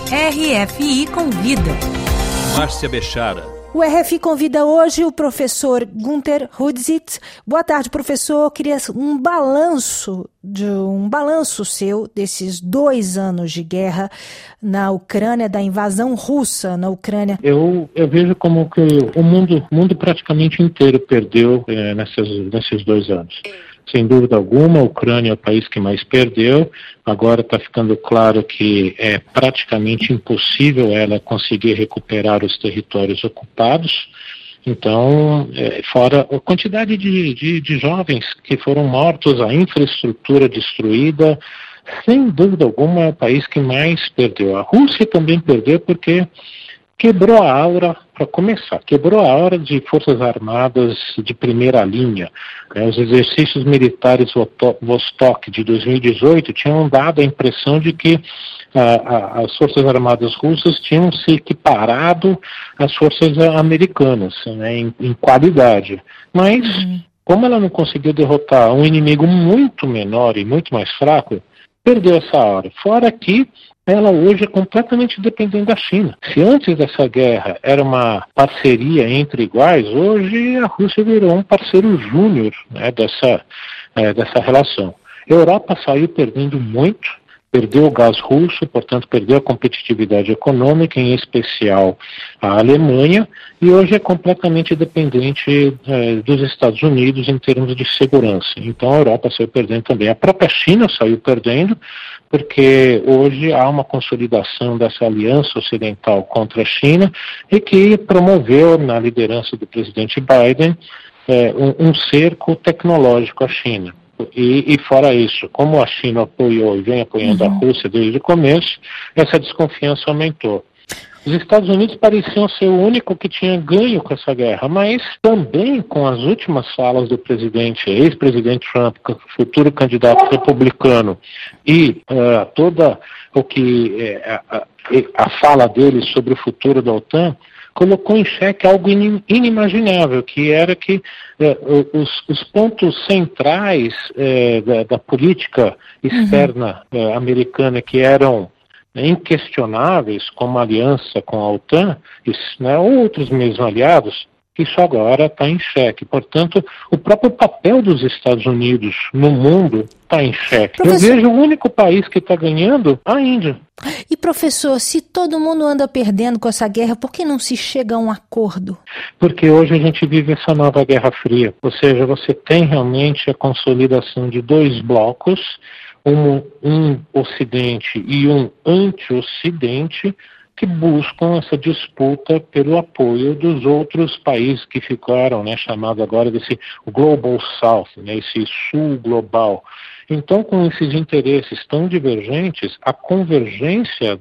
RFI Convida. Márcia Bechara. O RFI convida hoje o professor Günter Hudzit. Boa tarde, professor. Eu queria um balanço seu desses 2 anos de guerra na Ucrânia, da invasão russa na Ucrânia. Eu vejo como que o mundo praticamente inteiro perdeu nesses 2 anos. Sem dúvida alguma, a Ucrânia é o país que mais perdeu. Agora está ficando claro que é praticamente impossível ela conseguir recuperar os territórios ocupados. Então, fora a quantidade de jovens que foram mortos, a infraestrutura destruída, sem dúvida alguma é o país que mais perdeu. A Rússia também perdeu porque quebrou a aura, para começar, quebrou a aura de forças armadas de primeira linha. Os exercícios militares Vostok de 2018 tinham dado a impressão de que as forças armadas russas tinham se equiparado às forças americanas, né, em qualidade. Mas, como ela não conseguiu derrotar um inimigo muito menor e muito mais fraco, perdeu essa aura. Fora que ela hoje é completamente dependente da China. Se antes dessa guerra era uma parceria entre iguais, hoje a Rússia virou um parceiro júnior, né, dessa relação. A Europa saiu perdendo muito, perdeu o gás russo, portanto perdeu a competitividade econômica, em especial a Alemanha, e hoje é completamente dependente dos Estados Unidos em termos de segurança. Então a Europa saiu perdendo também. A própria China saiu perdendo, porque hoje há uma consolidação dessa aliança ocidental contra a China e que promoveu, na liderança do presidente Biden, um cerco tecnológico à China. E fora isso, como a China apoiou e vem apoiando a Rússia desde o começo, essa desconfiança aumentou. Os Estados Unidos pareciam ser o único que tinha ganho com essa guerra, mas também com as últimas falas do ex-presidente Trump, futuro candidato republicano, e toda a fala dele sobre o futuro da OTAN, colocou em xeque algo inimaginável, que era que os pontos centrais da política externa americana, que eram inquestionáveis, como a aliança com a OTAN, outros mesmo aliados, isso agora está em xeque. Portanto, o próprio papel dos Estados Unidos no mundo está em xeque. Professor... Eu vejo o único país que está ganhando, a Índia. E professor, se todo mundo anda perdendo com essa guerra, por que não se chega a um acordo? Porque hoje a gente vive essa nova Guerra Fria. Ou seja, você tem realmente a consolidação de 2 blocos, um Ocidente e um anti-Ocidente, que buscam essa disputa pelo apoio dos outros países que ficaram, chamado agora desse Global South, esse Sul global. Então, com esses interesses tão divergentes, a convergência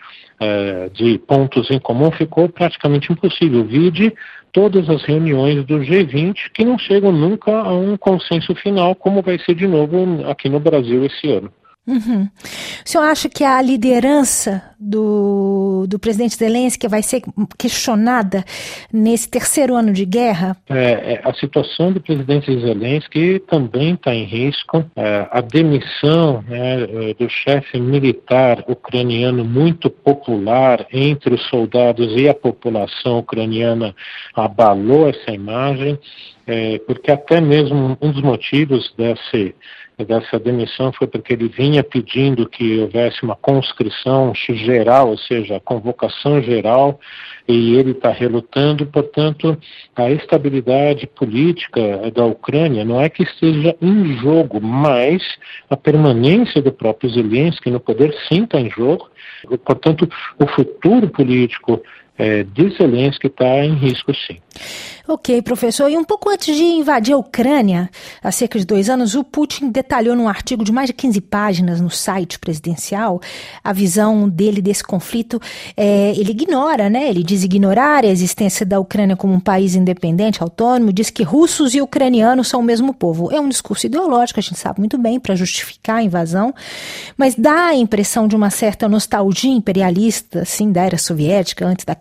de pontos em comum ficou praticamente impossível. Vide todas as reuniões do G20 que não chegam nunca a um consenso final, como vai ser de novo aqui no Brasil esse ano. O senhor acha que a liderança do presidente Zelensky vai ser questionada nesse 3º ano de guerra? A situação do presidente Zelensky também está em risco. A demissão do chefe militar ucraniano muito popular entre os soldados e a população ucraniana abalou essa imagem, porque até mesmo um dos motivos dessa demissão foi porque ele vinha pedindo que houvesse uma conscrição geral, ou seja, a convocação geral, e ele está relutando. Portanto, a estabilidade política da Ucrânia não é que esteja em jogo, mas a permanência do próprio Zelensky no poder sim está em jogo. Portanto, o futuro político de Zelensky está em risco, sim. Ok, professor. E um pouco antes de invadir a Ucrânia, há cerca de 2 anos, o Putin detalhou num artigo de mais de 15 páginas no site presidencial a visão dele desse conflito. Ele ignora, ele diz ignorar a existência da Ucrânia como um país independente, autônomo, diz que russos e ucranianos são o mesmo povo. É um discurso ideológico, a gente sabe muito bem, para justificar a invasão, mas dá a impressão de uma certa nostalgia imperialista, assim, da era soviética, antes da queda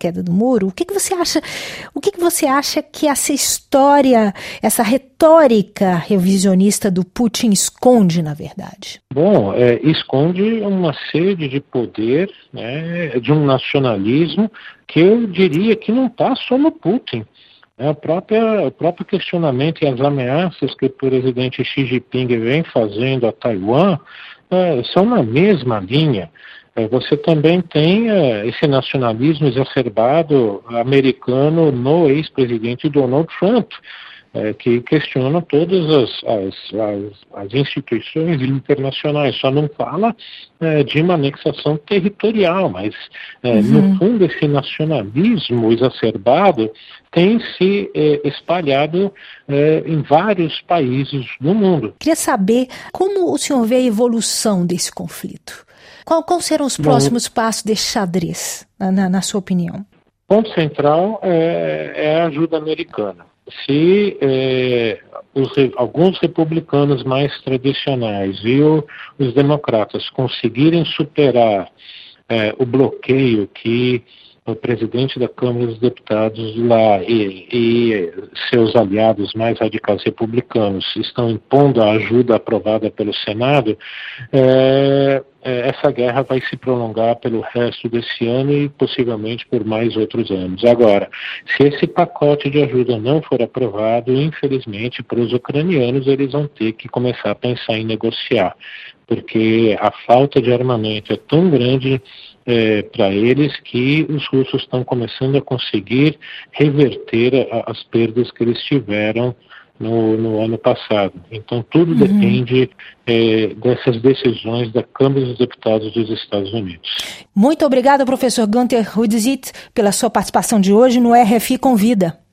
queda do muro, o que você acha que essa história, essa retórica revisionista do Putin esconde, na verdade? Bom, esconde uma sede de poder, né, de um nacionalismo que eu diria que não está só no Putin. O próprio questionamento e as ameaças que o presidente Xi Jinping vem fazendo a Taiwan são na mesma linha. Você também tem esse nacionalismo exacerbado americano no ex-presidente Donald Trump, que questiona todas as instituições internacionais, só não fala de uma anexação territorial, mas no fundo esse nacionalismo exacerbado tem se espalhado em vários países do mundo. Queria saber como o senhor vê a evolução desse conflito. Quais serão os próximos passos desse xadrez, na sua opinião? O ponto central é a ajuda americana. Se alguns republicanos mais tradicionais e os democratas conseguirem superar o bloqueio que o presidente da Câmara dos Deputados lá e seus aliados mais radicais republicanos estão impondo a ajuda aprovada pelo Senado, essa guerra vai se prolongar pelo resto desse ano e possivelmente por mais outros anos. Agora, se esse pacote de ajuda não for aprovado, infelizmente para os ucranianos eles vão ter que começar a pensar em negociar, porque a falta de armamento é tão grande para eles que os russos estão começando a conseguir reverter as perdas que eles tiveram no ano passado. Então tudo depende dessas decisões da Câmara dos Deputados dos Estados Unidos. Muito obrigada, professor Günter Rudsit, pela sua participação de hoje no RFI Convida.